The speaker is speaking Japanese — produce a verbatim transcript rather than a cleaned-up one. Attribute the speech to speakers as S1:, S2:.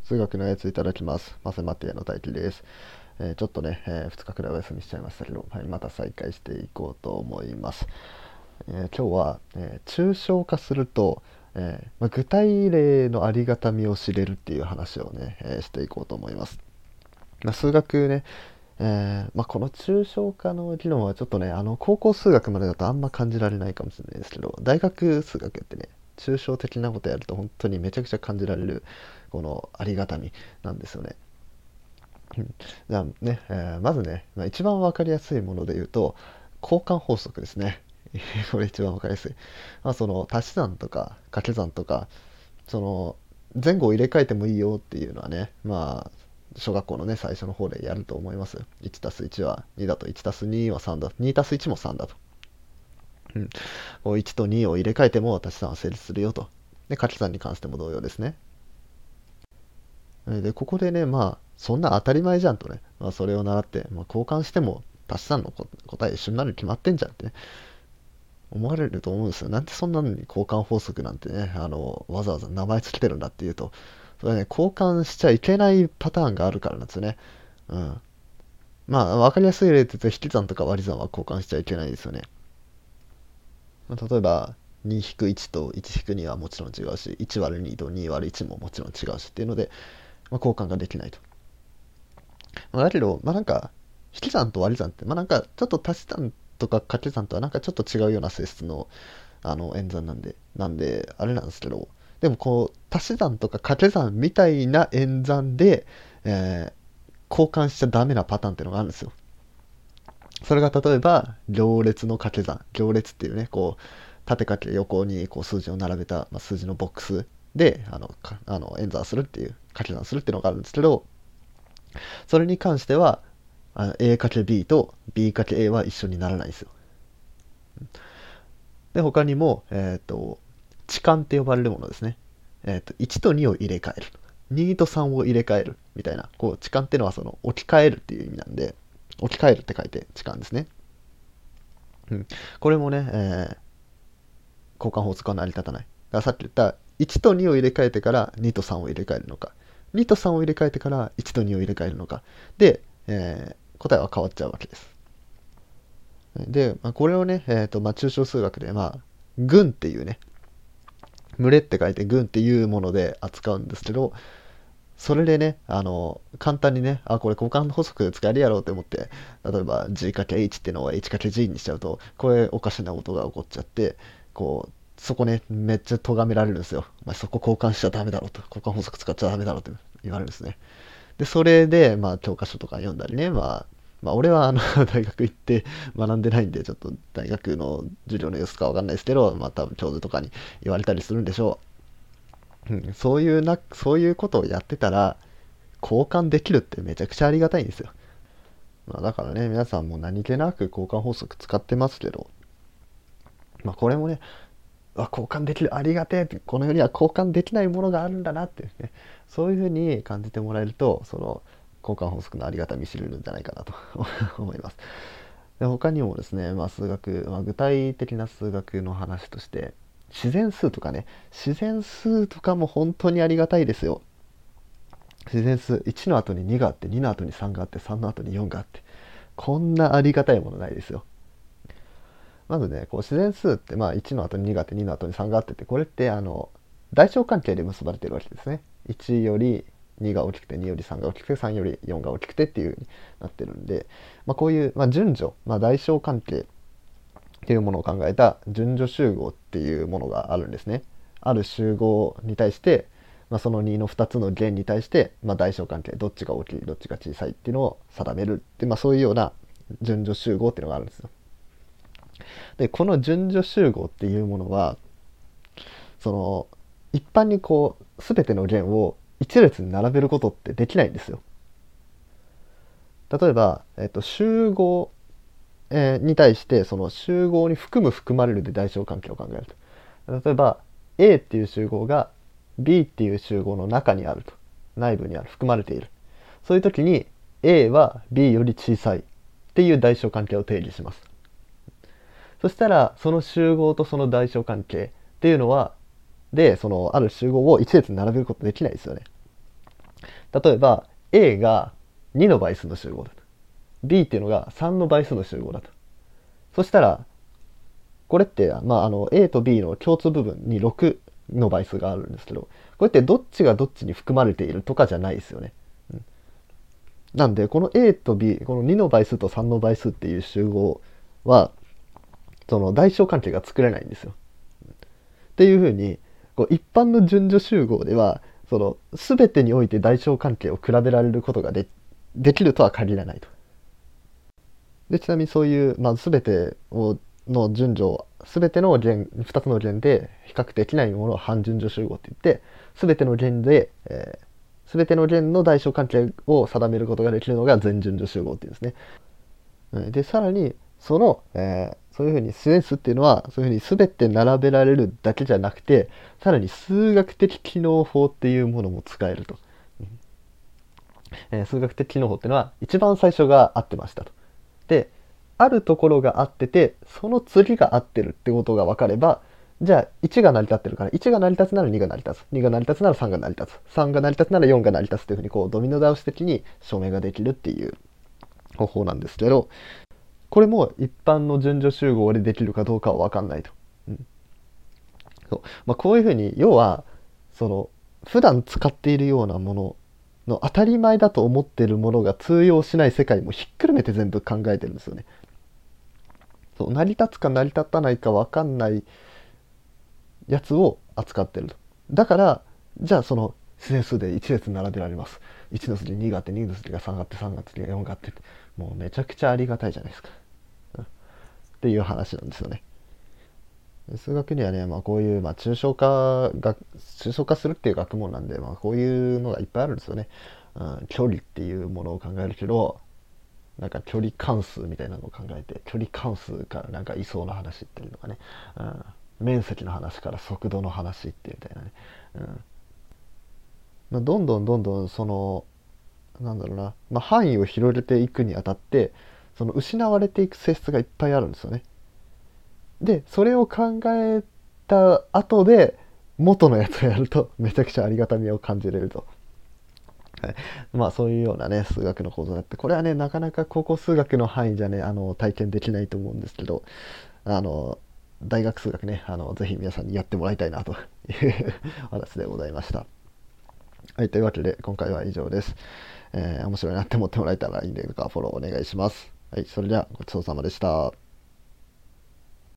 S1: 数学のやついただきます。マセマティアの大輝です。えーちょっとね、えふつかくらいお休みしちゃいましたけど、はい、また再開していこうと思います。えー今日は、えー抽象化すると、えーまあ、具体例のありがたみを知れるっていう話をね、えーしていこうと思います。まあ、数学ね、えーまあ、この抽象化の議論はちょっとね、あの高校数学までだとあんま感じられないかもしれないですけど、大学数学ってね、抽象的なことやると本当にめちゃくちゃ感じられるこのありがたみなんですよね。うん。じゃあね、えーまずね、まあ、一番わかりやすいもので言うと交換法則ですね。これ一番わかりやすい。まあ、その足し算とか掛け算とか、その前後を入れ替えてもいいよっていうのはね、まあ小学校のね最初の方でやると思います。いちたすいちはにだと、いちたすにはさんだ、にたすいちもさんだと、うん、こういちとにを入れ替えても足し算は成立するよと。で掛け算に関しても同様ですね。でここでね、まあそんな当たり前じゃんとね、まあ、それを習って、まあ、交換しても足し算の答え一緒になるに決まってんじゃんってね思われると思うんですよ。なんでそんなのに交換法則なんてね、あのわざわざ名前つけてるんだっていうと、それはね、交換しちゃいけないパターンがあるからなんですよね。うん。まあ、わかりやすい例で言うと、引き算とか割り算は交換しちゃいけないですよね。まあ、例えば、にひくいちといちひくにはもちろん違うし、いち割るにとに割るいちももちろん違うしっていうので、まあ、交換ができないと。まあ、だけど、まあなんか、引き算と割り算って、まあなんか、ちょっと足し算とか掛け算とはなんかちょっと違うような性質の、あの演算なんで、なんで、あれなんですけど、でもこう、足し算とか掛け算みたいな演算で、えー交換しちゃダメなパターンっていうのがあるんですよ。それが例えば、行列の掛け算。行列っていうね、こう、縦掛け横にこう数字を並べた、まあ、数字のボックスで、あの、かあの演算するっていう、掛け算するっていうのがあるんですけど、それに関しては、あ A×B と B×A は一緒にならないんですよ。で、他にも、えっ、と、置換って呼ばれるものですね。えっ、と、いちとにを入れ替える。にとさんを入れ替える。みたいな。こう、置換っていうのはその置き換えるっていう意味なんで、置き換えるって書いて置換ですね。うん。これもね、えー交換法則は成り立たない。だからさっき言ったいちとにを入れ替えてからにとさんを入れ替えるのか、にとさんを入れ替えてからいちとにを入れ替えるのか。で、えー答えは変わっちゃうわけです。で、まあ、これをね、えーとまあ、抽象数学で、まあ、群っていうね、群れって書いて群っていうもので扱うんですけど、それでね、あの、簡単にね、あ、これ交換法則使えるやろうって思って、例えば G×H っていうのを H×G にしちゃうと、これおかしなことが起こっちゃって、こう、そこね、めっちゃ咎められるんですよ。お前そこ交換しちゃダメだろと、交換法則使っちゃダメだろって言われるんですね。で、それで、まあ、教科書とか読んだりね、まあ、まあ、俺はあの大学行って学んでないんで、ちょっと大学の授業の様子かわかんないですけど、まあ、多分教授とかに言われたりするんでしょう。うん、そういうな、そういうことをやってたら、交換できるってめちゃくちゃありがたいんですよ。まあ、だからね、皆さんも何気なく交換法則使ってますけど、まあ、これもね、あ、交換できる、ありがてえって、この世には交換できないものがあるんだなっていうね、そういうふうに感じてもらえると、その交換法則のありがたみ知れるんじゃないかなと思います。で他にもですね、まあ、数学、まあ、具体的な数学の話として、自然数とかね、自然数とかも本当にありがたいですよ。自然数、いちの後ににがあって、にの後にさんがあって、さんの後によんがあって、こんなありがたいものないですよ。まずね、こう自然数って、まあ、いちの後ににがあって、にの後にさんがあってって、これってあの大小関係で結ばれてるわけですね。いちよりにが大きくて、によりさんが大きくて、さんよりよんが大きくてっていう風になってるんで、まあ、こういう、まあ、順序、まあ、大小関係っていうものを考えた順序集合っていうものがあるんですね。ある集合に対して、まあ、そのにのふたつの弦に対して、まあ、大小関係、どっちが大きいどっちが小さいっていうのを定めるって、まあ、そういうような順序集合っていうのがあるんですよ。でこの順序集合っていうものは、その一般にこう全ての弦を一列に並べることってできないんですよ。例えば、えっと、集合、えーに対してその集合に含む含まれるで大小関係を考えると、例えば A っていう集合が B っていう集合の中にあると、内部にある、含まれている、そういう時に A は B より小さいっていう大小関係を定義します。そしたらその集合とその大小関係っていうのは、でそのある集合を一列に並べることできないですよね。 例えば A がにの倍数の集合だと、 B っていうのがさんの倍数の集合だと。そしたらこれって、まあ、あの A と B の共通部分にろくの倍数があるんですけど、これってどっちがどっちに含まれているとかじゃないですよね。うん、なんでこの A と B、 このにの倍数とさんの倍数っていう集合はその大小関係が作れないんですよ。っていうふうにこう一般の順序集合ではその全てにおいて大小関係を比べられることがでできるとは限らないと。でちなみにそういう、まあ、全てをの順序全ての弦ふたつの弦で比較できないものを半順序集合って言って、全ての弦で、えー、全ての弦の大小関係を定めることができるのが全順序集合っていうんですね。でさらにその、えー、そういうふうにセンスっていうのはそういうふうに全て並べられるだけじゃなくて、さらに数学的機能法っていうものも使えると。えー、数学的機能法っていうのは一番最初が合ってましたと。であるところが合っててその次が合ってるってことが分かれば、じゃあいちが成り立ってるからいちが成り立つならにが成り立つ、にが成り立つならさんが成り立つ、さんが成り立つならよんが成り立つというふうにこうドミノ倒し的に証明ができるっていう方法なんですけど、これも一般の順序集合でできるかどうかは分かんないと。うんそうまあ、こういうふうに要はその普段使っているようなものの当たり前だと思っているものが通用しない世界もひっくるめて全部考えてるんですよね。そう成り立つか成り立たないか分かんないやつを扱ってると。だからじゃあその自然数でいち列並べられます。いちの次にがあってにの次がさんがあってさんがあってよんがあってもうめちゃくちゃありがたいじゃないですか、うん、っていう話なんですよね。数学にはね、まあ、こういう、まあ、抽象化が抽象化するっていう学問なんで、まあ、こういうのがいっぱいあるんですよね。うん、距離っていうものを考えるけど、なんか距離関数みたいなのを考えて、距離関数からなんか位相の話っていうのがね、うん、面積の話から速度の話ってみたいなね、うんまあ、どんどんどんどんそのなんだろうな、まあ、範囲を広げていくにあたってその失われていく性質がいっぱいあるんですよね。でそれを考えた後で元のやつをやるとめちゃくちゃありがたみを感じれると、はい、まあそういうようなね数学の構造だって、これはねなかなか高校数学の範囲じゃねあの体験できないと思うんですけど、あの大学数学ねあのぜひ皆さんにやってもらいたいなという話でございました。はい、というわけで今回は以上です。えー、面白いなって思ってもらえたらいいねとかフォローお願いします。はい、それではごちそうさまでした。